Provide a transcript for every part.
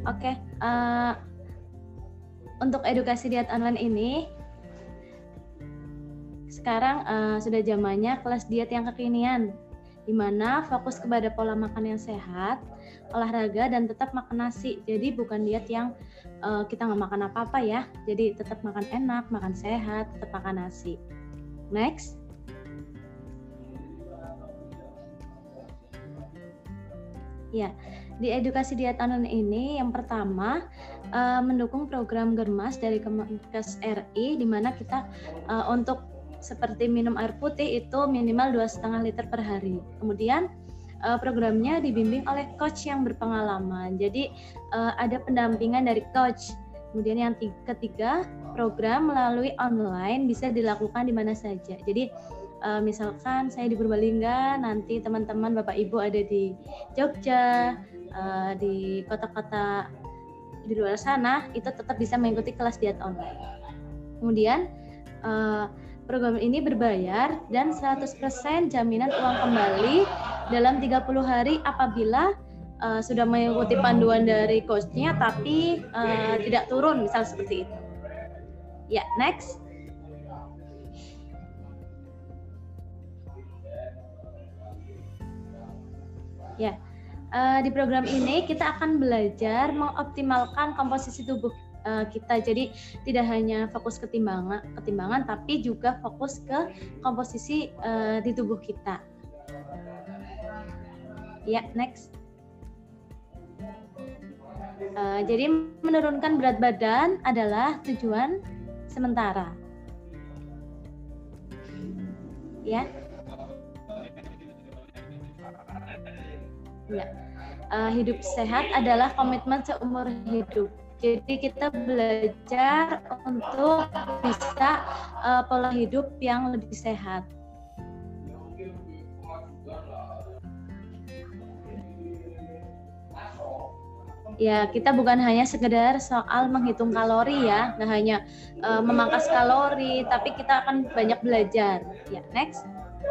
Oke, untuk edukasi diet online ini sekarang sudah zamannya kelas diet yang kekinian, di mana fokus kepada pola makan yang sehat, olahraga, dan tetap makan nasi. Jadi bukan diet yang kita nggak makan apa-apa ya. Jadi tetap makan enak, makan sehat, tetap makan nasi. Next. Ya, di edukasi diet online ini yang pertama mendukung program Germas dari Kemenkes RI, di mana kita untuk seperti minum air putih itu minimal 2,5 liter per hari. Kemudian programnya dibimbing oleh coach yang berpengalaman. Jadi ada pendampingan dari coach. Kemudian yang ketiga, program melalui online bisa dilakukan di mana saja. Jadi misalkan saya di Purbalingga, nanti teman-teman Bapak Ibu ada di Jogja, di kota-kota di luar sana, itu tetap bisa mengikuti kelas diet online. Kemudian program ini berbayar dan 100% jaminan uang kembali dalam 30 hari apabila sudah mengikuti panduan dari coach-nya tapi tidak turun, misal seperti itu. Ya, next. Ya, di program ini kita akan belajar mengoptimalkan komposisi tubuh kita. Jadi tidak hanya fokus ketimbangan, tapi juga fokus ke komposisi di tubuh kita. Ya, next. Jadi menurunkan berat badan adalah tujuan sementara. Ya. Ya, hidup sehat adalah komitmen seumur hidup. Jadi kita belajar untuk bisa pola hidup yang lebih sehat. Ya, kita bukan hanya sekedar soal menghitung kalori ya, nggak hanya memangkas kalori, tapi kita akan banyak belajar. Ya, next.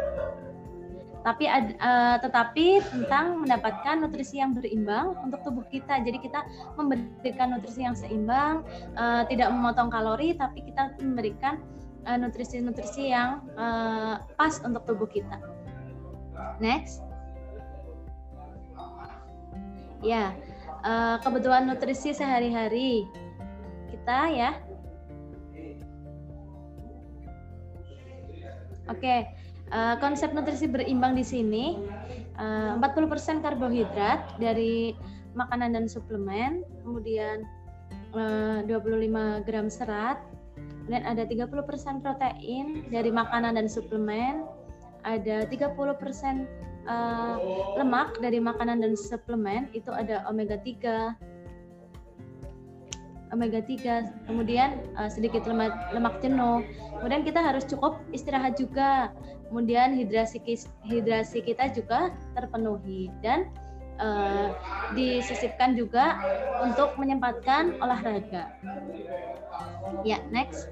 Tetapi tentang mendapatkan nutrisi yang berimbang untuk tubuh kita. Jadi kita memberikan nutrisi yang seimbang, tidak memotong kalori, tapi kita memberikan nutrisi-nutrisi yang pas untuk tubuh kita. Next. Ya, kebutuhan nutrisi sehari-hari kita ya. Oke. Konsep nutrisi berimbang di sini 40% karbohidrat dari makanan dan suplemen, kemudian 25 gram serat, kemudian ada 30% protein dari makanan dan suplemen, ada 30% lemak dari makanan dan suplemen, itu ada omega 3, kemudian sedikit lemak jenuh. Kemudian kita harus cukup istirahat juga. Kemudian hidrasi kita juga terpenuhi dan disisipkan juga untuk menyempatkan olahraga. Ya, next.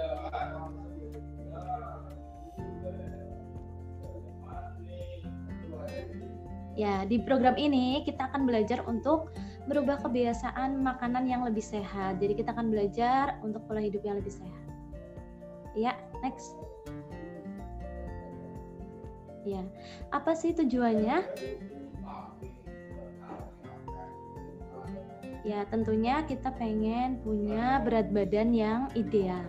Ya, di program ini kita akan belajar untuk berubah kebiasaan makanan yang lebih sehat. Jadi kita akan belajar untuk pola hidup yang lebih sehat. Ya, next. Ya, apa sih tujuannya? Ya, tentunya kita pengen punya berat badan yang ideal.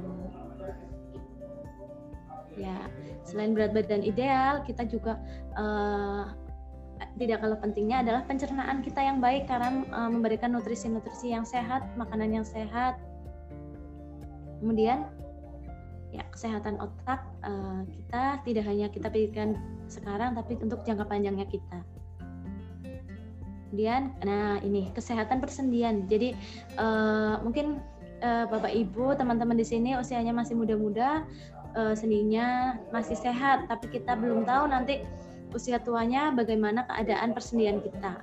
Ya, selain berat badan ideal, kita juga tidak kalah pentingnya adalah pencernaan kita yang baik karena memberikan nutrisi-nutrisi yang sehat, makanan yang sehat. Kemudian ya, kesehatan otak kita tidak hanya kita pikirkan sekarang, tapi untuk jangka panjangnya kita. Kemudian, nah ini kesehatan persendian. Jadi mungkin Bapak Ibu, teman-teman di sini usianya masih muda-muda, sendinya masih sehat, tapi kita belum tahu nanti usia tuanya bagaimana keadaan persendian kita.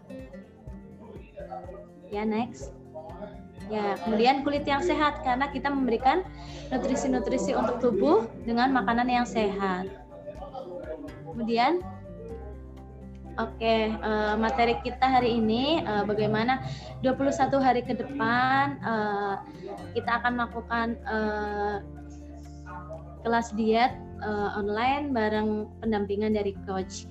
Ya, next. Ya, kemudian kulit yang sehat karena kita memberikan nutrisi-nutrisi untuk tubuh dengan makanan yang sehat. Kemudian Oke, materi kita hari ini bagaimana 21 hari ke depan kita akan melakukan kelas diet online bareng pendampingan dari coach.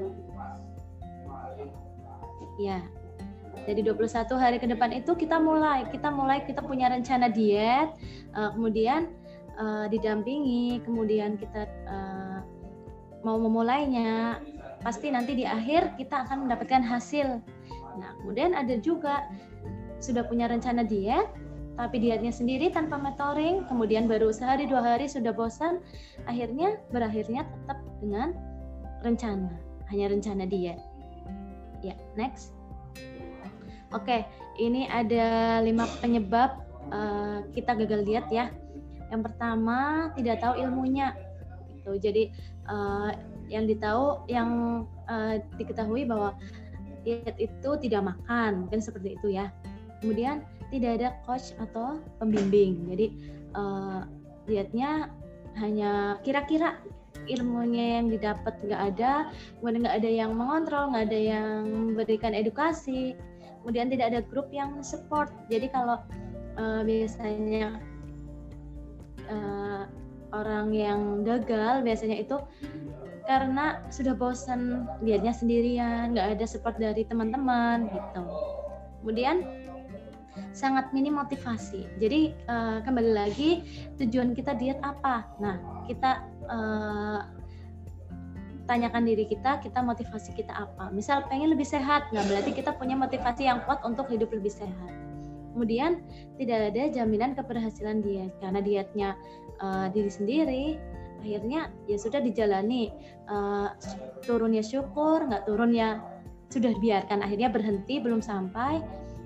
Ya. Jadi 21 hari ke depan itu kita punya rencana diet, kemudian didampingi, kemudian kita mau memulainya, pasti nanti di akhir kita akan mendapatkan hasil. Nah, kemudian ada juga sudah punya rencana diet, tapi dietnya sendiri tanpa mentoring, kemudian baru sehari 2 hari sudah bosan, berakhirnya tetap dengan hanya rencana diet. Ya, next. Oke, ini ada 5 penyebab kita gagal diet ya. Yang pertama, tidak tahu ilmunya. Gitu. Jadi yang diketahui bahwa diet itu tidak makan, mungkin seperti itu ya. Kemudian tidak ada coach atau pembimbing. Jadi dietnya hanya kira-kira, ilmunya yang didapat nggak ada, kemudian nggak ada yang mengontrol, nggak ada yang memberikan edukasi, kemudian tidak ada grup yang support. Jadi kalau biasanya orang yang gagal biasanya itu karena sudah bosan dietnya sendirian, nggak ada support dari teman-teman gitu. Kemudian sangat minim motivasi. Jadi kembali lagi, tujuan kita diet apa? Nah, kita tanyakan diri kita motivasi kita apa. Misal pengen lebih sehat, nah berarti kita punya motivasi yang kuat untuk hidup lebih sehat. Kemudian tidak ada jaminan keberhasilan diet, karena dietnya diri sendiri, akhirnya ya sudah dijalani, turunnya syukur, nggak turun ya sudah biarkan, akhirnya berhenti belum sampai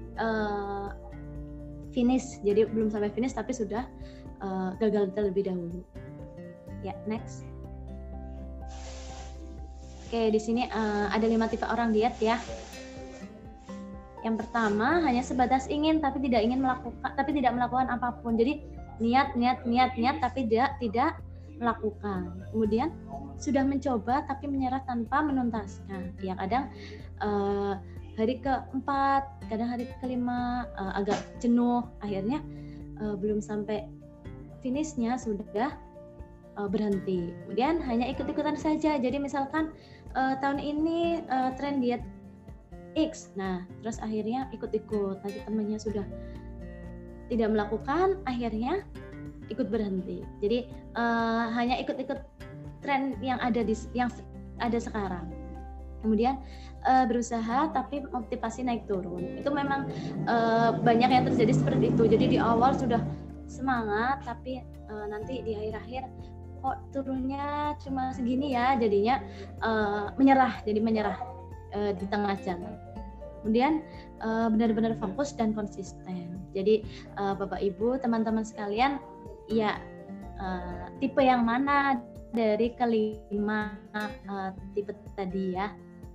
finish. Jadi belum sampai finish tapi sudah gagal terlebih dahulu. Ya, next. Oke, di sini ada 5 tipe orang diet ya. Yang pertama, hanya sebatas ingin tapi tidak melakukan apapun. Jadi niat tapi tidak melakukan. Kemudian sudah mencoba tapi menyerah tanpa menuntaskan. Ya, kadang hari keempat, kadang hari kelima agak jenuh, akhirnya belum sampai finishnya sudah berhenti. Kemudian hanya ikut-ikutan saja. Jadi misalkan tahun ini tren diet X, nah terus akhirnya ikut-ikut, nanti temannya sudah tidak melakukan, akhirnya ikut berhenti. Jadi hanya ikut-ikut tren yang ada sekarang. Kemudian berusaha tapi motivasi naik turun. Itu memang banyak yang terjadi seperti itu. Jadi di awal sudah semangat, tapi nanti di akhir-akhir kok turunnya cuma segini ya, jadinya menyerah di tengah jalan. Kemudian benar-benar fokus dan konsisten. Jadi Bapak Ibu, teman-teman sekalian, ya tipe yang mana dari kelima tipe tadi ya?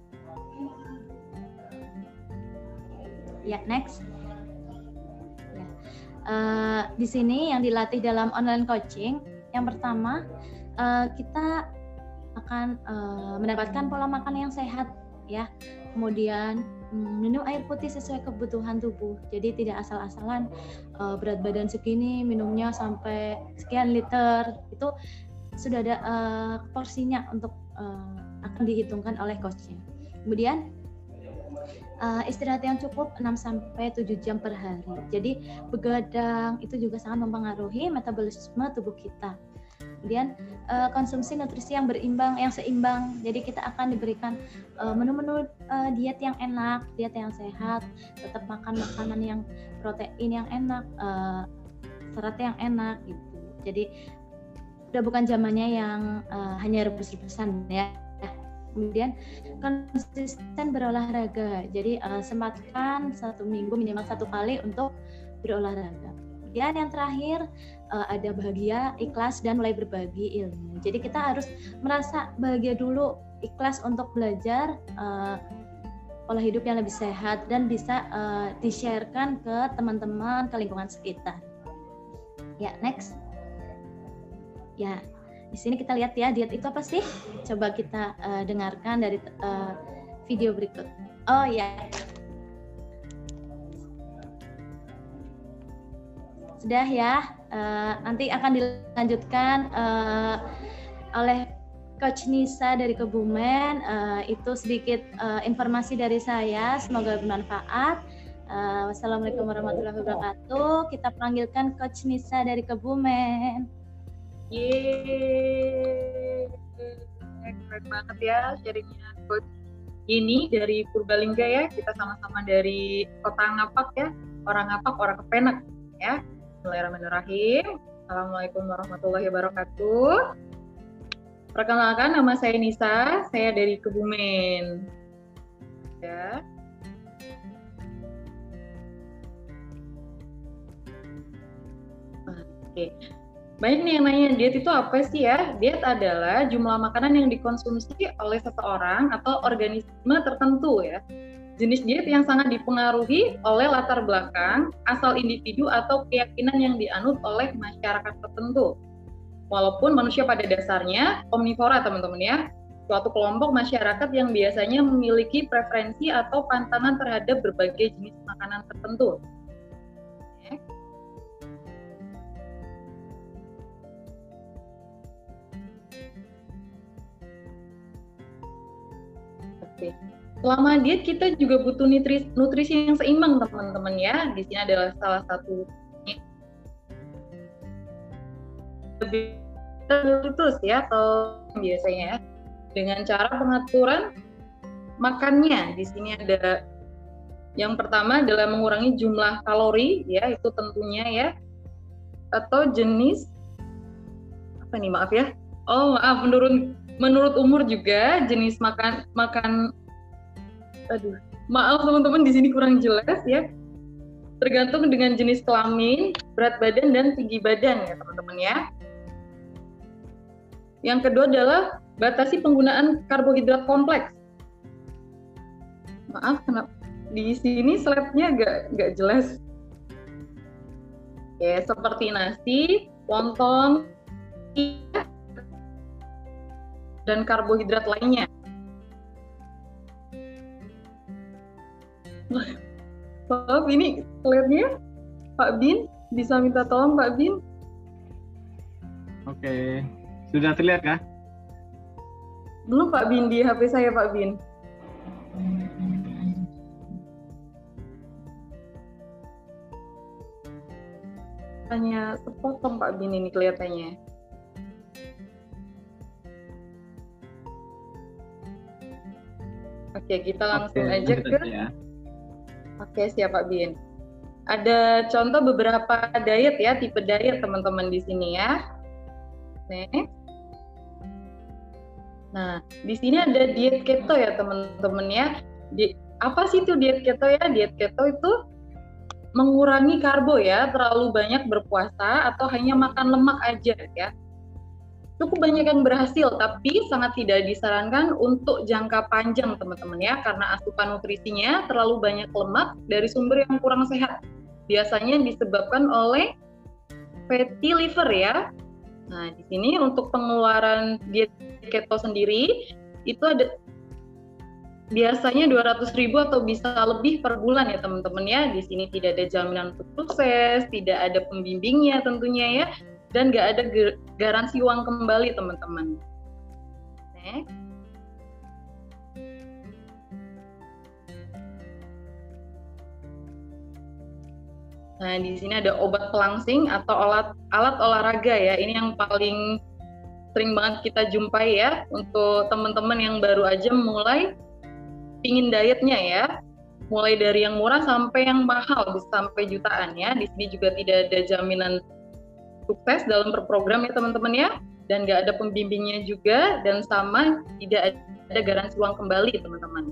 Ya, next. Ya. Di sini yang dilatih dalam online coaching, yang pertama kita akan mendapatkan pola makan yang sehat ya. Kemudian minum air putih sesuai kebutuhan tubuh. Jadi tidak asal-asalan berat badan segini minumnya sampai sekian liter. Itu sudah ada porsinya untuk akan dihitungkan oleh coachnya. Kemudian istirahat yang cukup 6-7 jam per hari. Jadi begadang itu juga sangat mempengaruhi metabolisme tubuh kita. Kemudian konsumsi nutrisi yang seimbang. Jadi kita akan diberikan menu-menu diet yang enak, diet yang sehat, tetap makan makanan yang protein yang enak, serat yang enak gitu. Jadi udah bukan zamannya yang hanya rebus-rebusan ya. Kemudian konsisten berolahraga. Jadi sempatkan 1 minggu minimal 1 kali untuk berolahraga. Kemudian yang terakhir ada bahagia, ikhlas, dan mulai berbagi ilmu. Jadi kita harus merasa bahagia dulu, ikhlas untuk belajar pola hidup yang lebih sehat dan bisa di-sharekan ke teman-teman, ke lingkungan sekitar. Ya, next. Ya, di sini kita lihat ya, diet itu apa sih? Coba kita dengarkan dari video berikut. Oh ya. Sudah ya. Nanti akan dilanjutkan oleh Coach Nisa dari Kebumen. Itu sedikit informasi dari saya, semoga bermanfaat. Wassalamualaikum warahmatullahi wabarakatuh. Kita panggilkan Coach Nisa dari Kebumen. Yeay, keren banget ya sharingnya Coach ini dari Purbalingga ya. Kita sama-sama dari Kota Ngapak ya, orang Ngapak, orang Kepenak ya. Bismillahirrahmanirrahim. Assalamualaikum warahmatullahi wabarakatuh. Perkenalkan, nama saya Nisa, saya dari Kebumen. Ya. Oke. Banyak nih yang nanya, diet itu apa sih ya? Diet adalah jumlah makanan yang dikonsumsi oleh seseorang atau organisme tertentu ya. Jenis diet yang sangat dipengaruhi oleh latar belakang, asal individu atau keyakinan yang dianut oleh masyarakat tertentu. Walaupun manusia pada dasarnya omnivora teman-teman ya, suatu kelompok masyarakat yang biasanya memiliki preferensi atau pantangan terhadap berbagai jenis makanan tertentu. Oke. Selama diet kita juga butuh nutrisi yang seimbang teman-teman ya. Di sini adalah salah satu terus ya atau biasanya ya, dengan cara pengaturan makannya. Di sini ada yang pertama adalah mengurangi jumlah kalori ya, itu tentunya ya, atau jenis apa nih, maaf ya, menurut umur juga jenis makan aduh maaf teman-teman, di sini kurang jelas ya, tergantung dengan jenis kelamin, berat badan dan tinggi badan ya teman-teman ya. Yang kedua adalah batasi penggunaan karbohidrat kompleks. Maaf, kenapa di sini slide-nya nggak jelas. Oke, seperti nasi, wonton, dan karbohidrat lainnya. Maaf, ini slide-nya Pak Bin, bisa minta tolong Pak Bin? Oke. Sudah terlihat kah? Belum Pak Bin, di HP saya Pak Bin. Hanya sepotong Pak Bin ini kelihatannya. Oke, kita langsung aja ke. Ya. Oke, siap Pak Bin. Ada contoh beberapa diet ya, tipe diet teman-teman di sini ya. Next. Nah, di sini ada diet keto ya teman-teman ya. Apa sih itu diet keto ya? Diet keto itu mengurangi karbo ya, terlalu banyak berpuasa atau hanya makan lemak aja ya. Cukup banyak yang berhasil, tapi sangat tidak disarankan untuk jangka panjang teman-teman ya, karena asupan nutrisinya terlalu banyak lemak dari sumber yang kurang sehat. Biasanya disebabkan oleh fatty liver ya. Nah, di sini untuk pengeluaran diet keto sendiri itu ada biasanya 200.000 atau bisa lebih per bulan ya teman-teman ya. Di sini tidak ada jaminan untuk sukses, tidak ada pembimbingnya tentunya ya, dan nggak ada garansi uang kembali teman-teman. Next. Nah, di sini ada obat pelangsing atau alat olahraga ya. Ini yang paling sering banget kita jumpai ya untuk teman-teman yang baru aja mulai pingin dietnya ya. Mulai dari yang murah sampai yang mahal, bisa sampai jutaan ya. Di sini juga tidak ada jaminan sukses dalam berprogram ya teman-teman ya. Dan nggak ada pembimbingnya juga, dan sama tidak ada garansi uang kembali teman-teman.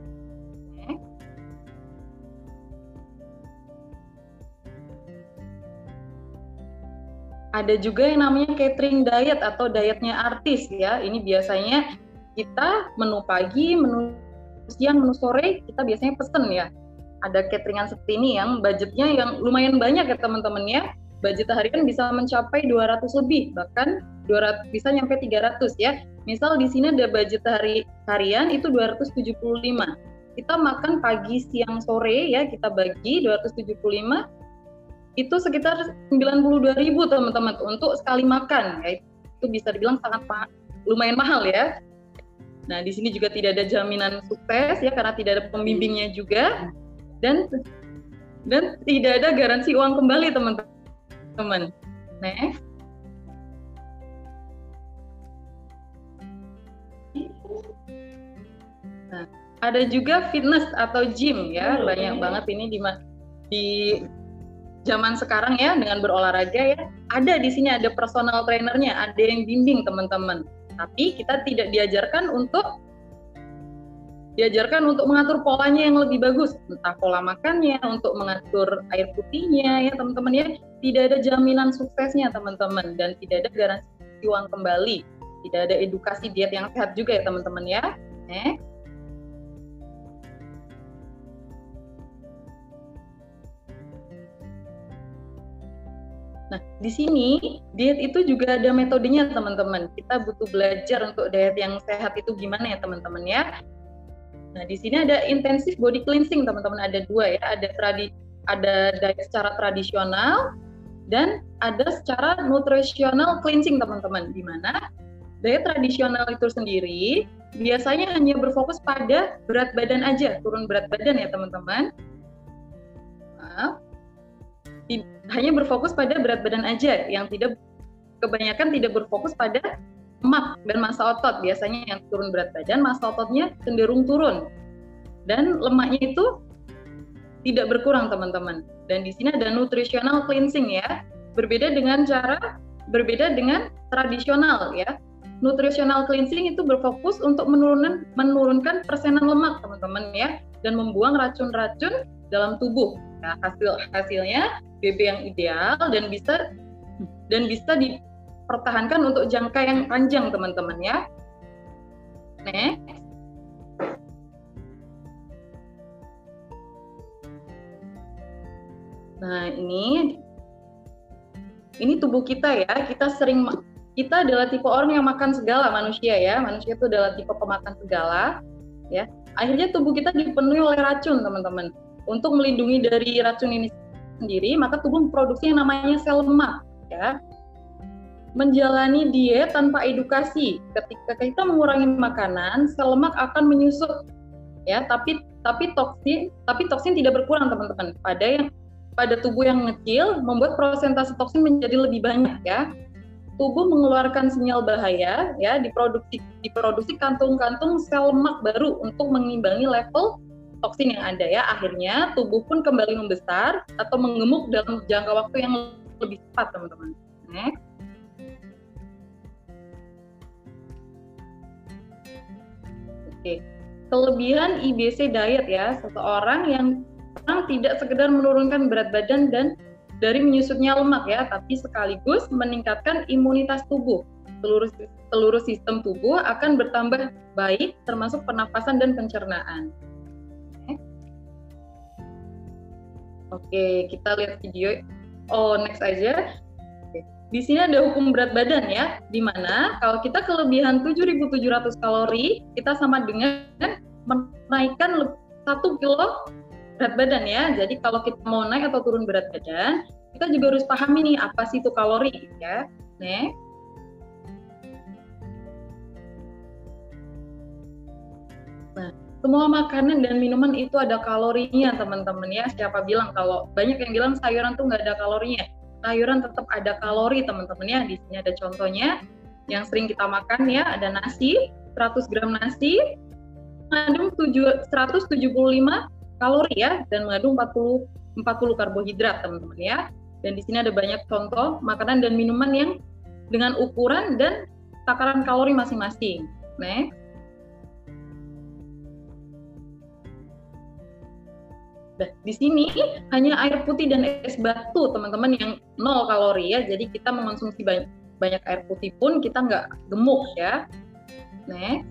Ada juga yang namanya catering diet atau dietnya artis ya. Ini biasanya kita menu pagi, menu siang, menu sore kita biasanya pesen ya. Ada cateringan seperti ini yang budgetnya yang lumayan banyak ya teman-teman ya. Budget harian bisa mencapai 200 lebih, bahkan bisa nyampe 300 ya. Misal di sini ada budget harian itu 275. Kita makan pagi, siang, sore ya, kita bagi 275 itu sekitar 92.000 teman-teman untuk sekali makan ya. Itu bisa dibilang sangat lumayan mahal ya. Nah, di sini juga tidak ada jaminan sukses ya karena tidak ada pembimbingnya juga dan tidak ada garansi uang kembali teman-teman. Next. Nah, ada juga fitness atau gym ya, banyak banget ini di zaman sekarang ya dengan berolahraga ya. Ada di sini ada personal trainernya, ada yang bimbing teman-teman. Tapi kita tidak diajarkan untuk mengatur polanya yang lebih bagus, entah pola makannya, untuk mengatur air putihnya ya teman-teman ya. Tidak ada jaminan suksesnya teman-teman dan tidak ada garansi uang kembali. Tidak ada edukasi diet yang sehat juga ya teman-teman ya. Nah, di sini diet itu juga ada metodenya teman-teman. Kita butuh belajar untuk diet yang sehat itu gimana ya teman-teman ya. Nah, di sini ada intensive body cleansing teman-teman, ada dua ya. Ada diet secara tradisional dan ada secara nutritional cleansing teman-teman. Di mana diet tradisional itu sendiri biasanya hanya berfokus pada berat badan aja, turun berat badan ya teman-teman. Hanya berfokus pada berat badan aja, yang kebanyakan tidak berfokus pada lemak dan massa otot. Biasanya yang turun berat badan, massa ototnya cenderung turun dan lemaknya itu tidak berkurang teman-teman. Dan di sini ada nutritional cleansing ya, berbeda dengan tradisional ya. Nutritional cleansing itu berfokus untuk menurunkan persenan lemak teman-teman ya, dan membuang racun-racun dalam tubuh. Nah, hasilnya BB yang ideal dan bisa dipertahankan untuk jangka yang panjang teman-teman ya. Next. Nah, ini tubuh kita ya. Kita adalah tipe orang yang makan segala, manusia ya. Manusia itu adalah tipe pemakan segala ya. Akhirnya tubuh kita dipenuhi oleh racun teman-teman. Untuk melindungi dari racun ini sendiri, maka tubuh memproduksi yang namanya sel lemak ya. Menjalani diet tanpa edukasi, ketika kita mengurangi makanan, sel lemak akan menyusut ya, tapi toksin tidak berkurang teman-teman. Pada tubuh yang kecil membuat prosentase toksin menjadi lebih banyak ya. Tubuh mengeluarkan sinyal bahaya ya, diproduksi kantung-kantung sel lemak baru untuk mengimbangi level toksin yang ada ya. Akhirnya tubuh pun kembali membesar atau menggemuk dalam jangka waktu yang lebih cepat teman-teman. Next. Oke. Kelebihan IBC diet ya, seseorang yang tidak sekedar menurunkan berat badan dan dari menyusutnya lemak ya, tapi sekaligus meningkatkan imunitas tubuh. Seluruh sistem tubuh akan bertambah baik, termasuk pernapasan dan pencernaan. Oke, kita lihat video. Next aja. Oke. Di sini ada hukum berat badan ya, di mana kalau kita kelebihan 7.700 kalori, kita sama dengan menaikkan 1 kilo berat badan ya. Jadi kalau kita mau naik atau turun berat badan, kita juga harus pahami nih apa sih itu kalori ya. Next. Nah, semua makanan dan minuman itu ada kalorinya teman-teman ya. Siapa bilang kalau banyak yang bilang sayuran tuh nggak ada kalorinya. Sayuran tetap ada kalori teman-teman ya. Di sini ada contohnya yang sering kita makan ya. Ada nasi, 100 gram nasi mengandung 175 kalori ya, dan mengandung 40 karbohidrat teman-teman ya. Dan di sini ada banyak contoh makanan dan minuman yang dengan ukuran dan takaran kalori masing-masing. Next. Di sini hanya air putih dan es batu teman-teman yang 0 kalori ya. Jadi kita mengonsumsi banyak air putih pun kita nggak gemuk ya. Next.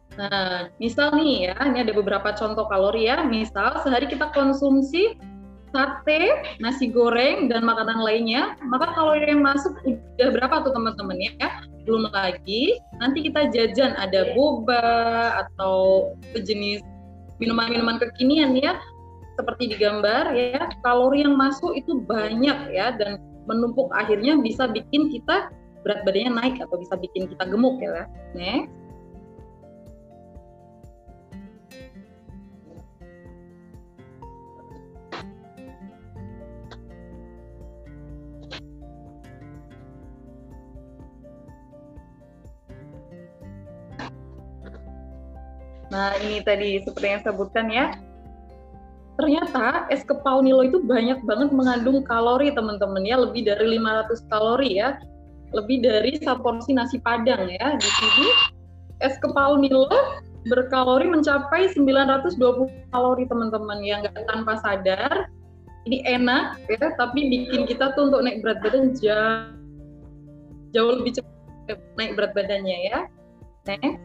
Nah, misal nih ya, ini ada beberapa contoh kalori ya. Misal sehari kita konsumsi sate, nasi goreng, dan makanan lainnya, maka kalori yang masuk udah berapa tuh teman-teman ya? Belum lagi, nanti kita jajan ada boba atau sejenis minuman-minuman kekinian ya, seperti di gambar ya, kalori yang masuk itu banyak ya, dan menumpuk akhirnya bisa bikin kita berat badannya naik atau bisa bikin kita gemuk ya. Next. Nah, ini tadi seperti yang saya sebutkan ya. Ternyata es kepal Nilo itu banyak banget mengandung kalori teman-teman ya, lebih dari 500 kalori ya. Lebih dari seporsi nasi padang ya. Di sini es kepal Nilo berkalori mencapai 920 kalori teman-teman yang nggak tanpa sadar. Ini enak ya, tapi bikin kita tuh untuk naik berat badan jauh lebih cepat naik berat badannya ya. Next.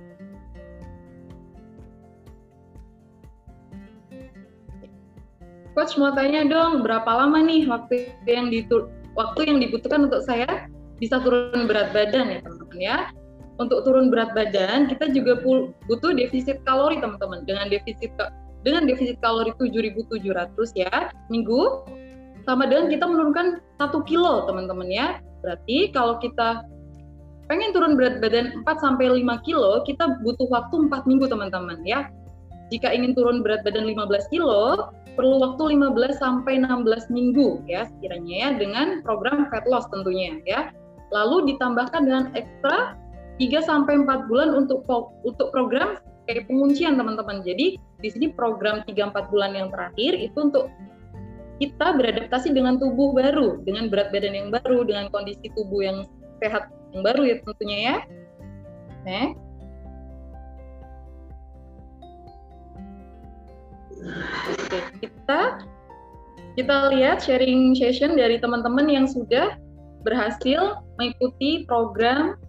Coach mau tanya dong, berapa lama nih waktu yang dibutuhkan untuk saya bisa turun berat badan ya teman-teman ya. Untuk turun berat badan kita juga butuh defisit kalori teman-teman. Dengan defisit kalori 7.700 ya minggu, sama dengan kita menurunkan 1 kilo teman-teman ya. Berarti kalau kita pengen turun berat badan 4-5 kilo, kita butuh waktu 4 minggu teman-teman ya. Jika ingin turun berat badan 15 kilo, perlu waktu 15-16 minggu ya sekiranya ya, dengan program fat loss tentunya ya. Lalu ditambahkan dengan ekstra 3-4 bulan untuk program kayak penguncian teman-teman. Jadi di sini program 3-4 bulan yang terakhir itu untuk kita beradaptasi dengan tubuh baru, dengan berat badan yang baru, dengan kondisi tubuh yang sehat yang baru ya tentunya ya. Next. Oke, kita lihat sharing session dari teman-teman yang sudah berhasil mengikuti program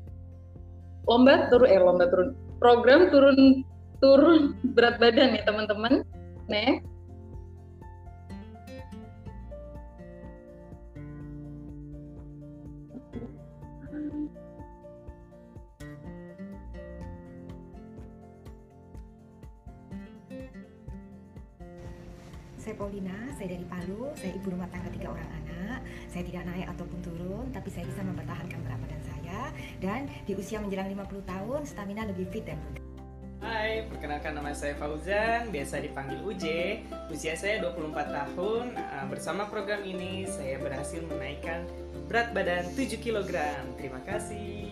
program turun berat badan ya teman-teman. Next. Saya Paulina, saya dari Palu, saya ibu rumah tangga 3 orang anak. Saya tidak naik ataupun turun, tapi saya bisa mempertahankan berat badan saya. Dan di usia menjelang 50 tahun, stamina lebih fit dan bugar. Hai, perkenalkan nama saya Fauzan, biasa dipanggil UJ. Usia saya 24 tahun. Bersama program ini, saya berhasil menaikkan berat badan 7 kg. Terima kasih.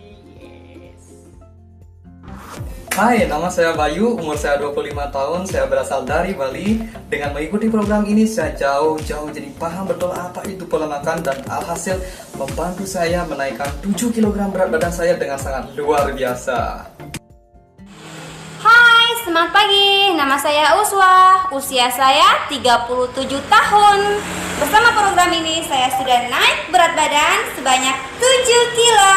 Hai, nama saya Bayu, umur saya 25 tahun, saya berasal dari Bali. Dengan mengikuti program ini, saya jauh-jauh jadi paham betul apa itu pola makan dan alhasil membantu saya menaikkan 7 kg berat badan saya dengan sangat luar biasa. Hai, semangat pagi. Nama saya Uswa, usia saya 37 tahun. Bersama program ini, saya sudah naik berat badan sebanyak 7 kilo.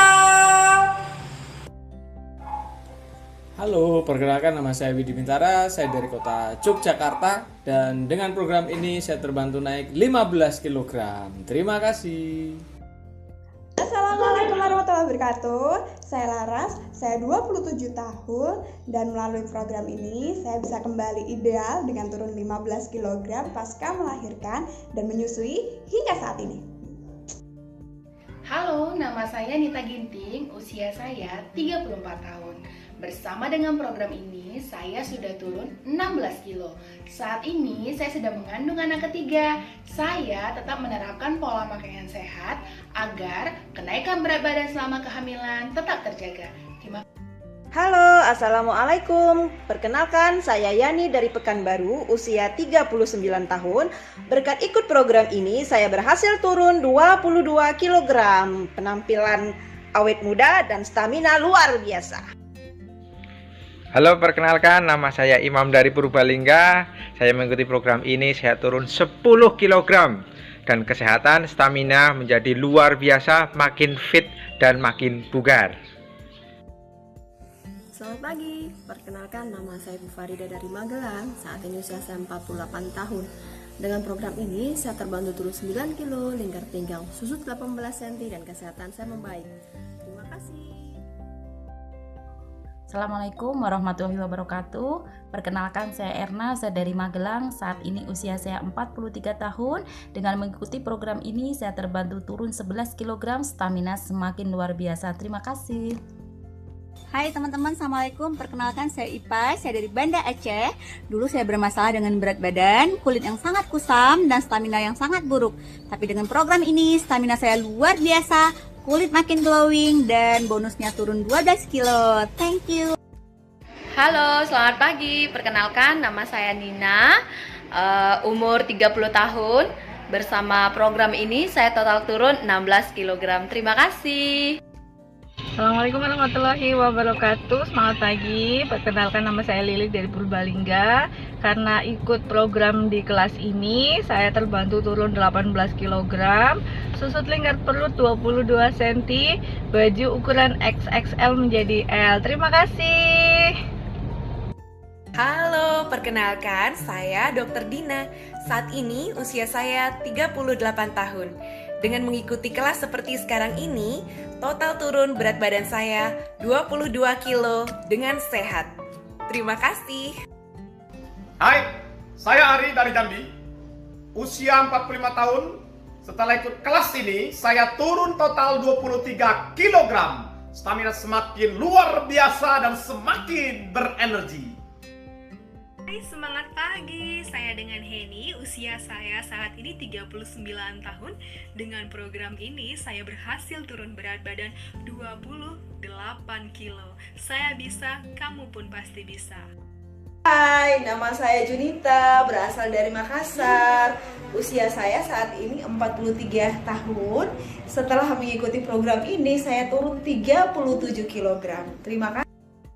Halo, perkenalkan nama saya Widi Bintara, saya dari kota Yogyakarta, dan dengan program ini saya terbantu naik 15 kg. Terima kasih. Assalamualaikum warahmatullahi wabarakatuh. Saya Laras, saya 27 tahun, dan melalui program ini saya bisa kembali ideal dengan turun 15 kg pasca melahirkan dan menyusui hingga saat ini. Halo, nama saya Nita Ginting, usia saya 34 tahun. Bersama dengan program ini, saya sudah turun 16 kilo. Saat ini, saya sedang mengandung anak ketiga. Saya tetap menerapkan pola makan yang sehat agar kenaikan berat badan selama kehamilan tetap terjaga. Halo, Assalamualaikum. Perkenalkan, saya Yani dari Pekanbaru, usia 39 tahun. Berkat ikut program ini, saya berhasil turun 22 kg. Penampilan awet muda dan stamina luar biasa. Halo, perkenalkan, nama saya Imam dari Purbalingga. Saya mengikuti program ini, saya turun 10 kg. Dan kesehatan, stamina menjadi luar biasa, makin fit dan makin bugar. Selamat pagi, perkenalkan nama saya Bu Farida dari Magelang. Saat ini usia saya 48 tahun. Dengan program ini, saya terbantu turun 9 kilo, lingkar pinggang susut 18 cm, dan kesehatan saya membaik. Terima kasih. Assalamualaikum warahmatullahi wabarakatuh. Perkenalkan, saya Erna, saya dari Magelang. Saat ini usia saya 43 tahun. Dengan mengikuti program ini, saya terbantu turun 11 kg, stamina semakin luar biasa. Terima kasih. Hai teman-teman, Assalamualaikum. Perkenalkan, saya Ipa, saya dari Banda Aceh. Dulu saya bermasalah dengan berat badan, kulit yang sangat kusam, dan stamina yang sangat buruk. Tapi dengan program ini, stamina saya luar biasa, kulit makin glowing, dan bonusnya turun 12 kilo. Thank you. Halo, selamat pagi. Perkenalkan, nama saya Nina, umur 30 tahun. Bersama program ini, saya total turun 16 kg. Terima kasih. Assalamualaikum warahmatullahi wabarakatuh. Selamat pagi. Perkenalkan, nama saya Lili dari Purbalingga. Karena ikut program di kelas ini, saya terbantu turun 18 kg, susut lingkar perut 22 cm, baju ukuran XXL menjadi L. Terima kasih. Halo, perkenalkan, saya Dr. Dina. Saat ini usia saya 38 tahun. Dengan mengikuti kelas seperti sekarang ini, total turun berat badan saya 22 kilo dengan sehat. Terima kasih. Hai, saya Ari dari Jambi. Usia 45 tahun. Setelah ikut kelas ini, saya turun total 23 kg. Stamina semakin luar biasa dan semakin berenergi. Hai, semangat pagi. Saya dengan Heni, usia saya saat ini 39 tahun. Dengan program ini saya berhasil turun berat badan 28 kilo. Saya bisa, kamu pun pasti bisa. Hai, nama saya Junita, berasal dari Makassar. Usia saya saat ini 43 tahun. Setelah mengikuti program ini, saya turun 37 kg. Terima kasih.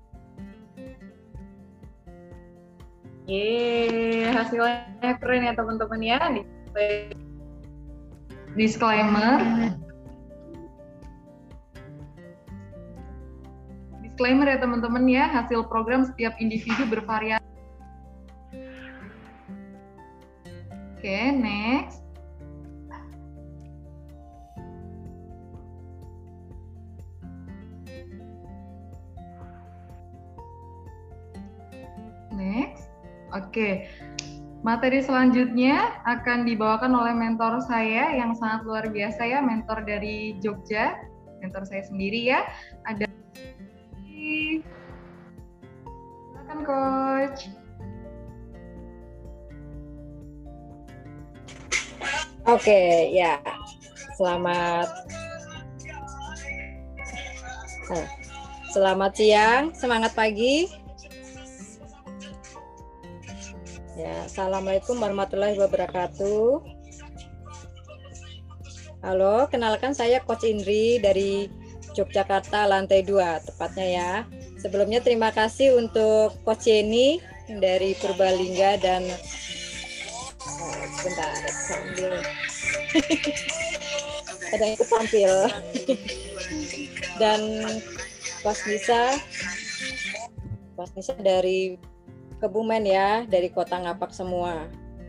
Hasilnya keren ya teman-teman ya. Disclaimer ya teman-teman ya, hasil program setiap individu bervariasi. Oke, next. Next. Oke, materi selanjutnya akan dibawakan oleh mentor saya yang sangat luar biasa ya, mentor dari Jogja, mentor saya sendiri ya. Ada, silakan coach. Oke, ya, selamat siang, semangat pagi. Ya, assalamualaikum warahmatullahi wabarakatuh. Halo, kenalkan saya Coach Indri dari Yogyakarta lantai 2 tepatnya ya. Sebelumnya terima kasih untuk Coach Jenny dari Purbalingga dan sebentar sambil ada yang tampil dan Coach Nisa dari Kebumen ya, dari Kota Ngapak semua.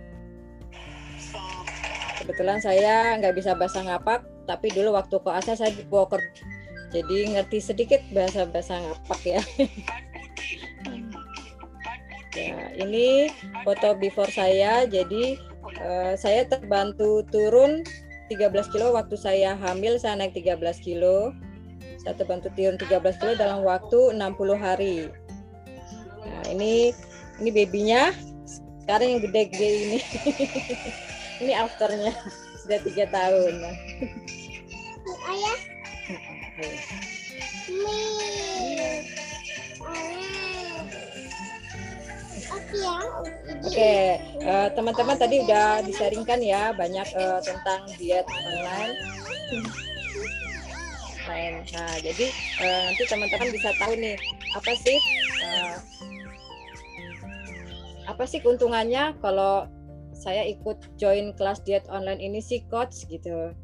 Kebetulan saya nggak bisa bahasa Ngapak, tapi dulu waktu koasnya saya di Purwokerto, jadi ngerti sedikit bahasa Ngapak ya. Ya, ini foto before saya. Jadi saya terbantu turun 13 kilo waktu saya hamil, saya naik 13 kilo. Saya terbantu turun 13 kilo dalam waktu 60 hari. Nah, ini babynya sekarang yang gede-gede ini. Ini afternya sudah 3 tahun. Ayah. Oke, teman-teman tadi udah disaringkan ya banyak tentang diet online. Nah, jadi nanti teman-teman bisa tahu nih apa sih keuntungannya kalau saya ikut join kelas diet online ini sih coach gitu.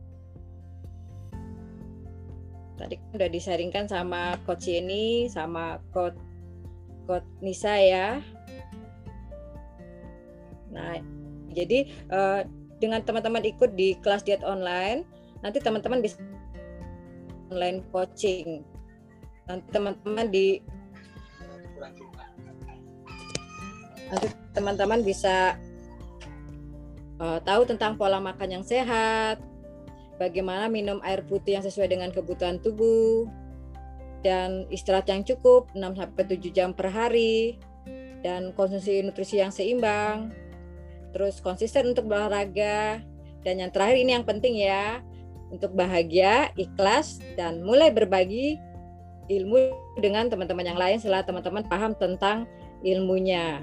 Tadi udah disaringkan sama coach ini sama coach Nisa ya. Nah, Jadi dengan teman-teman ikut di kelas diet online, nanti teman-teman bisa online coaching. Nanti teman-teman bisa tahu tentang pola makan yang sehat, bagaimana minum air putih yang sesuai dengan kebutuhan tubuh, dan istirahat yang cukup 6-7 jam per hari, dan konsumsi nutrisi yang seimbang, terus konsisten untuk berolahraga, dan yang terakhir ini yang penting ya, untuk bahagia, ikhlas, dan mulai berbagi ilmu dengan teman-teman yang lain setelah teman-teman paham tentang ilmunya.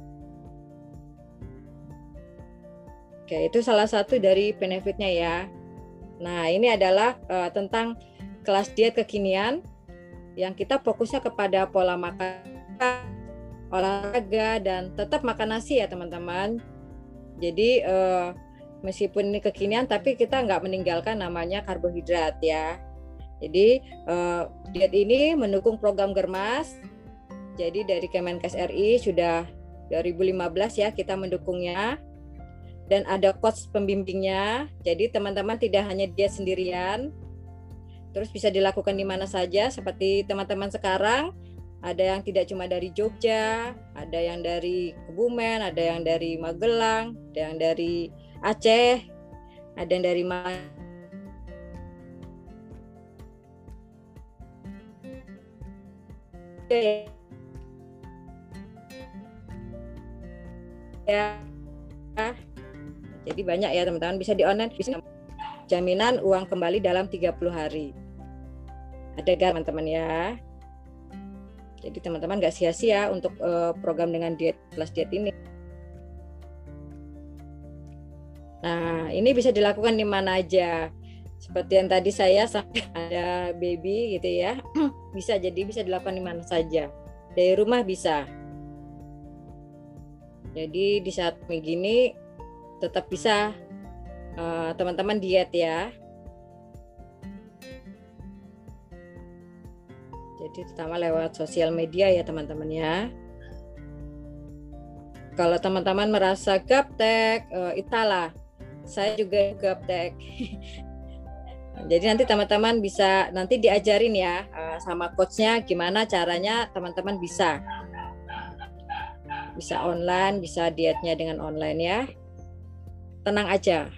Oke, itu salah satu dari benefitnya ya. Nah, ini adalah tentang kelas diet kekinian yang kita fokusnya kepada pola makan, olahraga, dan tetap makan nasi ya teman-teman. Jadi meskipun ini kekinian, tapi kita nggak meninggalkan namanya karbohidrat ya. Jadi diet ini mendukung program Germas. Jadi dari Kemenkes RI sudah 2015 ya kita mendukungnya. Dan ada coach pembimbingnya. Jadi teman-teman tidak hanya diet sendirian. Terus bisa dilakukan di mana saja. Seperti teman-teman sekarang, ada yang tidak cuma dari Jogja, ada yang dari Kebumen, ada yang dari Magelang, ada yang dari Aceh, ada yang dari ya. Jadi banyak ya teman-teman, bisa di online, bisa jaminan uang kembali dalam 30 hari. Ada teman-teman ya. Jadi teman-teman nggak sia-sia untuk program dengan kelas diet ini. Nah, ini bisa dilakukan di mana aja. Seperti yang tadi saya sampai ada baby gitu ya. Bisa dilakukan di mana saja. Dari rumah bisa. Jadi di saat begini tetap bisa teman-teman diet ya. Jadi terutama lewat sosial media ya teman-teman ya. Kalau teman-teman merasa gaptek, itulah saya juga gaptek. Jadi nanti teman-teman bisa nanti diajarin ya sama coachnya gimana caranya teman-teman bisa online, bisa dietnya dengan online ya. Tenang aja.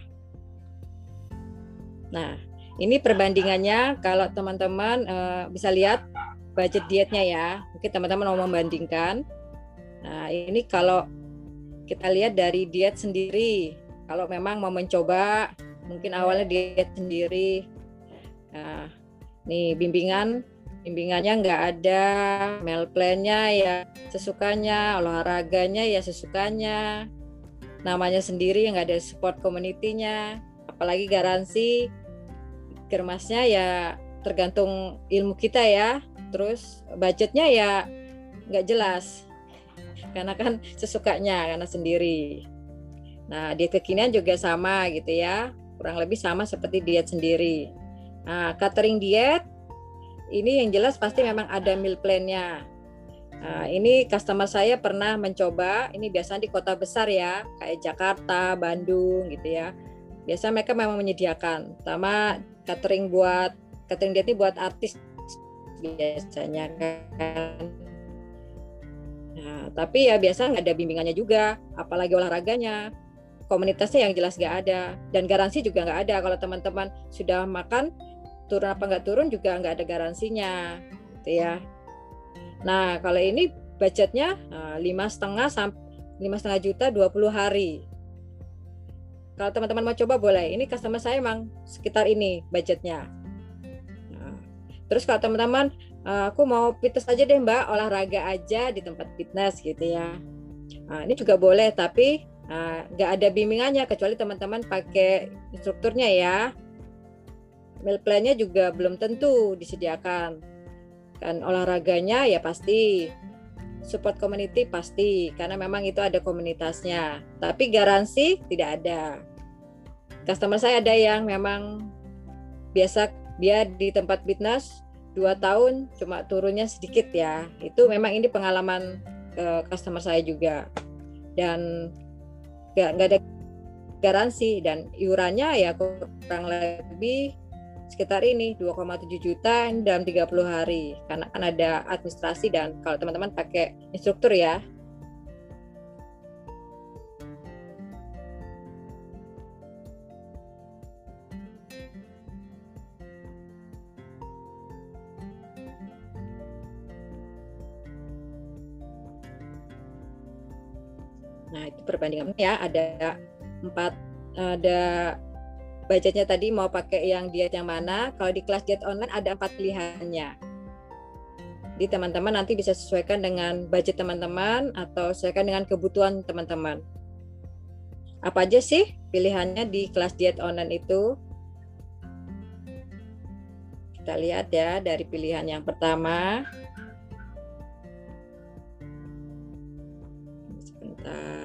Nah, ini perbandingannya kalau teman-teman bisa lihat budget dietnya ya. Mungkin teman-teman mau membandingkan. Nah, ini kalau kita lihat dari diet sendiri. Kalau memang mau mencoba, mungkin awalnya diet sendiri. Nah, nih bimbingannya nggak ada, meal plan-nya ya sesukanya, olahraganya ya sesukanya. Namanya sendiri nggak ada support community-nya. Apalagi garansi Germasnya ya tergantung ilmu kita ya. Terus budgetnya ya nggak jelas. Karena kan sesukanya, karena sendiri. Nah, diet kekinian juga sama gitu ya. Kurang lebih sama seperti diet sendiri. Nah, catering diet ini yang jelas pasti memang ada meal plan-nya. Nah, ini customer saya pernah mencoba, ini biasanya di kota besar ya, kayak Jakarta, Bandung gitu ya. Biasa mereka memang menyediakan, terutama catering diet ini buat artis biasanya kan. Nah, tapi ya biasa nggak ada bimbingannya juga, apalagi olahraganya. Komunitasnya yang jelas nggak ada, dan garansi juga nggak ada. Kalau teman-teman sudah makan, turun apa nggak turun juga nggak ada garansinya, gitu ya. Nah, kalau ini budgetnya 5,5 juta 20 hari. Kalau teman-teman mau coba boleh. Ini customer saya emang sekitar ini budgetnya. Nah, terus kalau teman-teman, aku mau fitness aja deh Mbak, olahraga aja di tempat fitness gitu ya. Nah, ini juga boleh, tapi nggak ada bimbingannya kecuali teman-teman pakai instrukturnya ya. Meal plan-nya juga belum tentu disediakan. Kan olahraganya ya pasti, support community pasti, karena memang itu ada komunitasnya. Tapi garansi tidak ada. Customer saya ada yang memang biasa dia di tempat fitness 2 tahun cuma turunnya sedikit ya. Itu memang ini pengalaman customer saya juga. Dan nggak ada garansi, dan iurannya ya kurang lebih sekitar ini 2,7 juta dalam 30 hari karena kan ada administrasi dan kalau teman-teman pakai instruktur ya. Nah, itu perbandingan ya, ada budgetnya tadi mau pakai yang diet yang mana. Kalau di kelas diet online ada 4 pilihannya. Jadi teman-teman nanti bisa sesuaikan dengan budget teman-teman atau sesuaikan dengan kebutuhan teman-teman. Apa aja sih pilihannya di kelas diet online itu? Kita lihat ya dari pilihan yang pertama. Sebentar.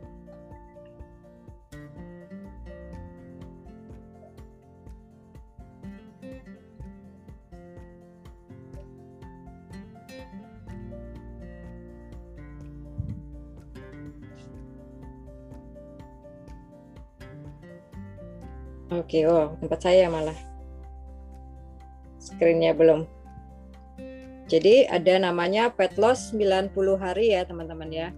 Oke, tempat saya malah screen-nya belum. Jadi ada namanya fat loss 90 hari ya teman-teman ya.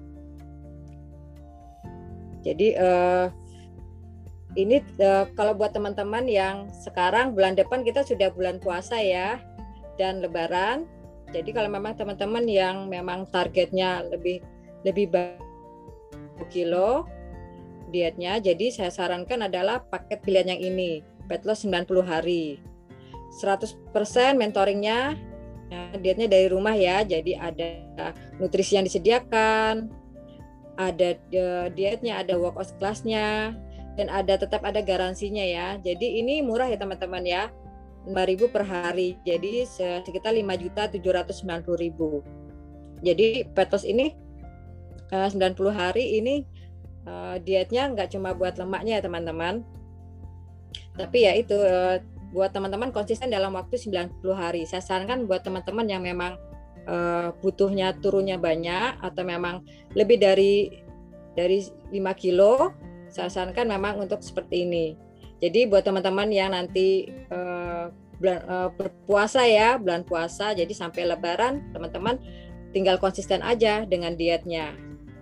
Jadi ini kalau buat teman-teman yang sekarang bulan depan kita sudah bulan puasa ya dan lebaran. Jadi kalau memang teman-teman yang memang targetnya lebih kilo dietnya, jadi saya sarankan adalah paket pilihan yang ini, fat loss 90 hari. 100% mentoringnya, dietnya dari rumah ya, jadi ada nutrisi yang disediakan, ada dietnya, ada workout kelasnya, dan tetap ada garansinya ya. Jadi ini murah ya teman-teman ya, 5.000 per hari, jadi sekitar 5.790.000. Jadi fat loss ini 90 hari ini dietnya nggak cuma buat lemaknya ya teman-teman, tapi ya itu buat teman-teman konsisten dalam waktu 90 hari. Saya sarankan buat teman-teman yang memang butuhnya turunnya banyak atau memang lebih dari 5 kilo, saya sarankan memang untuk seperti ini. Jadi buat teman-teman yang nanti berpuasa ya, bulan puasa, jadi sampai lebaran teman-teman tinggal konsisten aja dengan dietnya.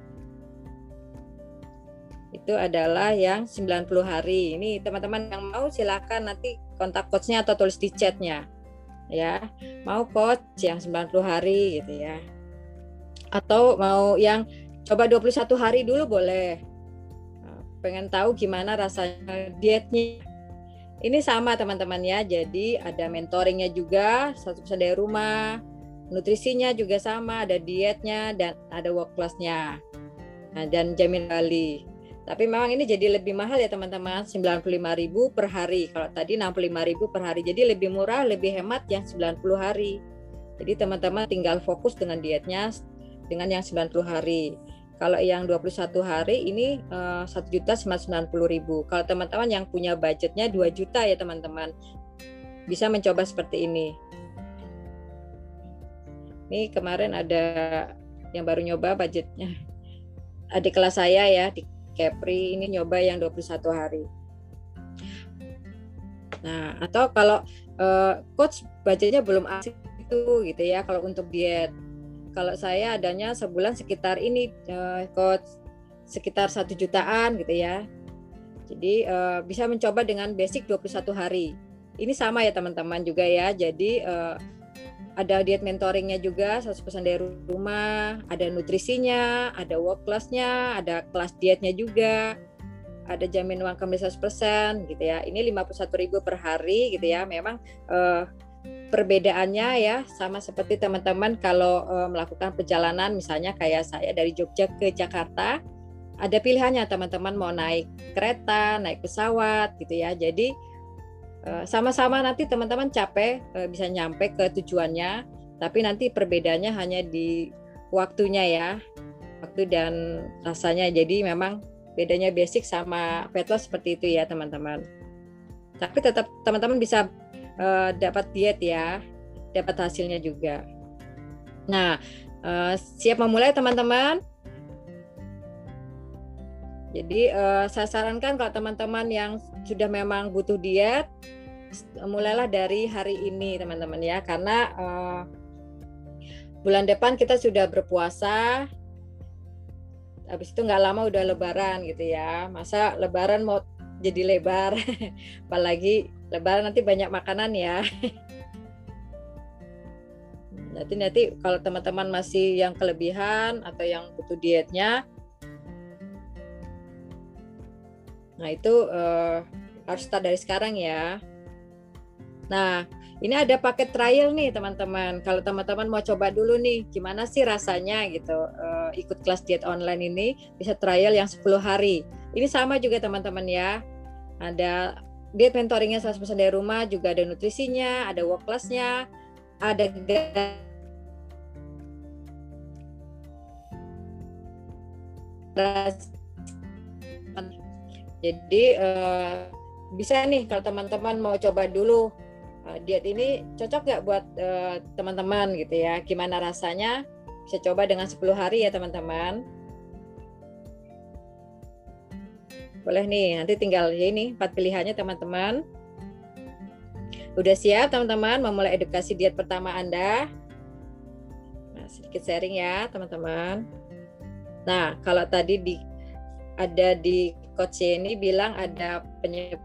Itu adalah yang 90 hari. Ini teman-teman yang mau silakan nanti kontak coachnya atau tulis di chatnya ya. Mau coach yang 90 hari gitu ya. Atau mau yang coba 21 hari dulu boleh. Pengen tahu gimana rasanya dietnya. Ini sama teman-teman ya. Jadi ada mentoringnya juga 100% dari rumah. Nutrisinya juga sama, ada dietnya dan ada work class-nya. Nah, dan jamin Bali. Tapi memang ini jadi lebih mahal ya teman-teman, 95.000 per hari. Kalau tadi 65.000 per hari, jadi lebih murah, lebih hemat yang 90 hari. Jadi teman-teman tinggal fokus dengan dietnya dengan yang 90 hari. Kalau yang 21 hari ini 1.990.000. Kalau teman-teman yang punya budgetnya 2 juta ya teman-teman, bisa mencoba seperti ini. Ini kemarin ada yang baru nyoba budgetnya. Adik kelas saya ya di Kepri ini nyoba yang 21 hari. Nah, atau kalau coach budgetnya belum asik itu gitu ya kalau untuk diet. Kalau saya adanya sebulan sekitar ini coach sekitar 1 jutaan gitu ya. Jadi bisa mencoba dengan basic 21 hari. Ini sama ya teman-teman juga ya. Jadi ada diet mentoringnya juga 100% dari rumah, ada nutrisinya, ada work class-nya, ada kelas dietnya juga, ada jamin uang kembali 100% gitu ya. Ini 51.000 per hari gitu ya. Memang perbedaannya ya sama seperti teman-teman kalau melakukan perjalanan misalnya kayak saya dari Jogja ke Jakarta, ada pilihannya teman-teman mau naik kereta, naik pesawat gitu ya. Jadi sama-sama nanti teman-teman capek bisa nyampe ke tujuannya, tapi nanti perbedaannya hanya di waktunya ya, waktu dan rasanya. Jadi memang bedanya basic sama fat loss seperti itu ya teman-teman. Tapi tetap teman-teman bisa dapat diet ya, dapat hasilnya juga. Nah, siap memulai teman-teman? Jadi saya sarankan kalau teman-teman yang sudah memang butuh diet, mulailah dari hari ini teman-teman ya, karena bulan depan kita sudah berpuasa, habis itu nggak lama udah lebaran gitu ya. Masa lebaran mau jadi lebar, apalagi lebaran nanti banyak makanan ya. Nanti kalau teman-teman masih yang kelebihan atau yang butuh dietnya, nah itu harus start dari sekarang ya. Nah, ini ada paket trial nih teman-teman. Kalau teman-teman mau coba dulu nih, gimana sih rasanya gitu ikut kelas diet online ini, bisa trial yang 10 hari. Ini sama juga teman-teman ya. Ada diet mentoringnya 100% dari rumah, juga ada nutrisinya, ada work class-nya, ada jadi bisa nih kalau teman-teman mau coba dulu diet ini cocok nggak buat teman-teman gitu ya, gimana rasanya, bisa coba dengan 10 hari ya teman-teman. Boleh nih, nanti tinggal ya ini 4 pilihannya teman-teman. Udah siap teman-teman memulai edukasi diet pertama Anda? Nah, sedikit sharing ya teman-teman. Nah, kalau tadi ada di coach ini bilang ada penyebab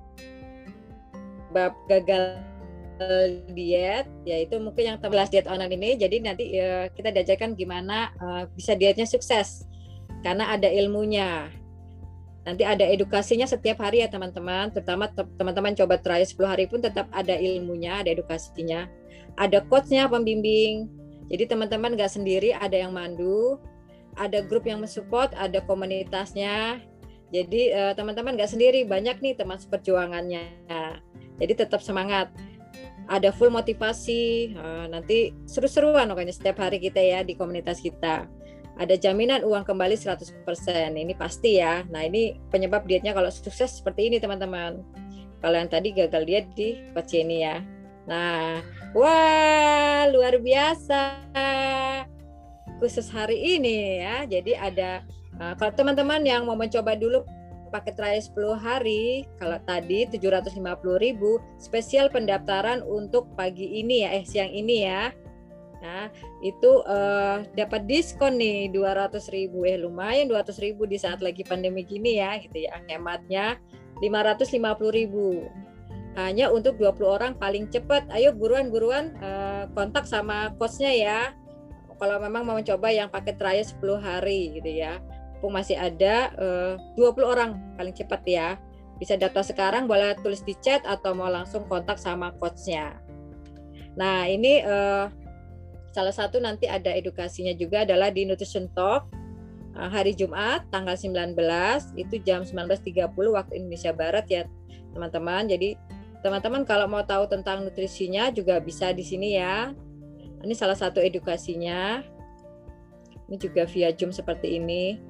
gagal diet, yaitu mungkin yang kelas diet online ini. Jadi nanti kita diajarkan gimana bisa dietnya sukses, karena ada ilmunya. Nanti ada edukasinya setiap hari ya teman-teman. Terutama teman-teman coba trial 10 hari pun tetap ada ilmunya, ada edukasinya. Ada coachnya, pembimbing. Jadi teman-teman nggak sendiri, ada yang mandu, ada grup yang mensupport, ada komunitasnya. Jadi teman-teman nggak sendiri, banyak nih teman seperjuangannya. Jadi tetap semangat. Ada full motivasi, nanti seru-seruan pokoknya setiap hari kita ya di komunitas kita. Ada jaminan uang kembali 100%, ini pasti ya. Nah ini penyebab dietnya kalau sukses seperti ini teman-teman. Kalau yang tadi gagal diet di coach ini ya. Nah, wah luar biasa. Khusus hari ini ya. Jadi ada kalau teman-teman yang mau mencoba dulu paket trial 10 hari, kalau tadi 750.000, spesial pendaftaran untuk pagi ini ya, siang ini ya. Nah, itu dapat diskon nih 200.000, lumayan 200.000 di saat lagi pandemi gini ya, gitu ya. Hematnya 550.000. Hanya untuk 20 orang paling cepat. Ayo buruan kontak sama coachnya ya. Kalau memang mau mencoba yang paket trial 10 hari gitu ya. Mumpung masih ada 20 orang paling cepat ya. Bisa daftar sekarang, boleh tulis di chat atau mau langsung kontak sama coachnya. Nah ini salah satu nanti ada edukasinya juga adalah di Nutrition Talk hari Jumat tanggal 19 itu jam 19.30 waktu Indonesia Barat ya teman-teman. Jadi teman-teman kalau mau tahu tentang nutrisinya juga bisa di sini ya. Ini salah satu edukasinya. Ini juga via Zoom seperti ini.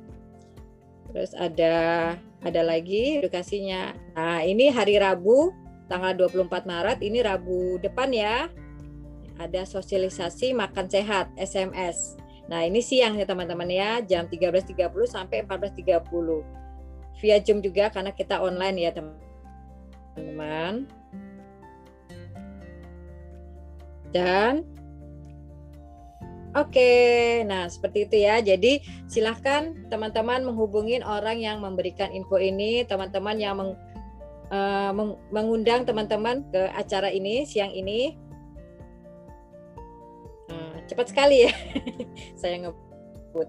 Terus ada lagi edukasinya. Nah, ini hari Rabu tanggal 24 Maret, ini Rabu depan ya. Ada sosialisasi makan sehat SMS. Nah, ini siang ya teman-teman ya, jam 13.30 sampai 14.30. Via Zoom juga karena kita online ya teman-teman. Dan oke, nah seperti itu ya. Jadi silahkan teman-teman menghubungin orang yang memberikan info ini, teman-teman yang mengundang teman-teman ke acara ini siang ini. Cepat sekali ya, saya ngebut.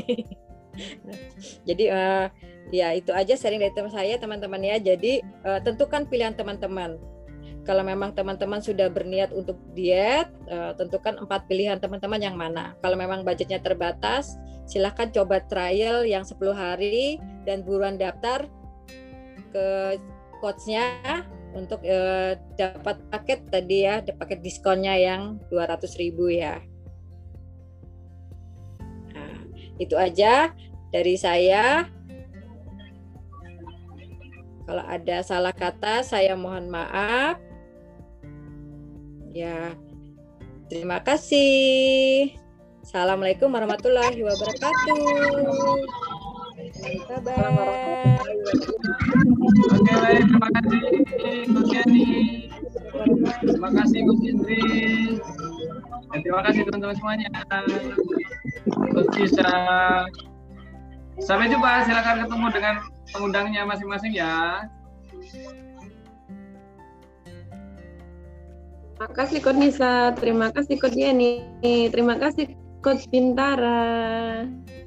Jadi ya itu aja sharing dari teman saya teman-teman ya. Jadi tentukan pilihan teman-teman. Kalau memang teman-teman sudah berniat untuk diet, tentukan 4 pilihan teman-teman yang mana. Kalau memang budgetnya terbatas, silahkan coba trial yang 10 hari dan buruan daftar ke coachnya untuk dapat paket tadi ya, paket diskonnya yang 200.000 ya. Nah, itu aja dari saya. Kalau ada salah kata, saya mohon maaf. Ya, terima kasih. Assalamualaikum warahmatullahi wabarakatuh. Oke, baik, terima kasih Coach Yani. Terima kasih Coach Idris. Dan terima kasih teman-teman semuanya. Coach Isa. Sampai jumpa, silakan ketemu dengan pengundangnya masing-masing ya. Terima kasih Coach Nisa, terima kasih Coach Yani, terima kasih Coach Bintara.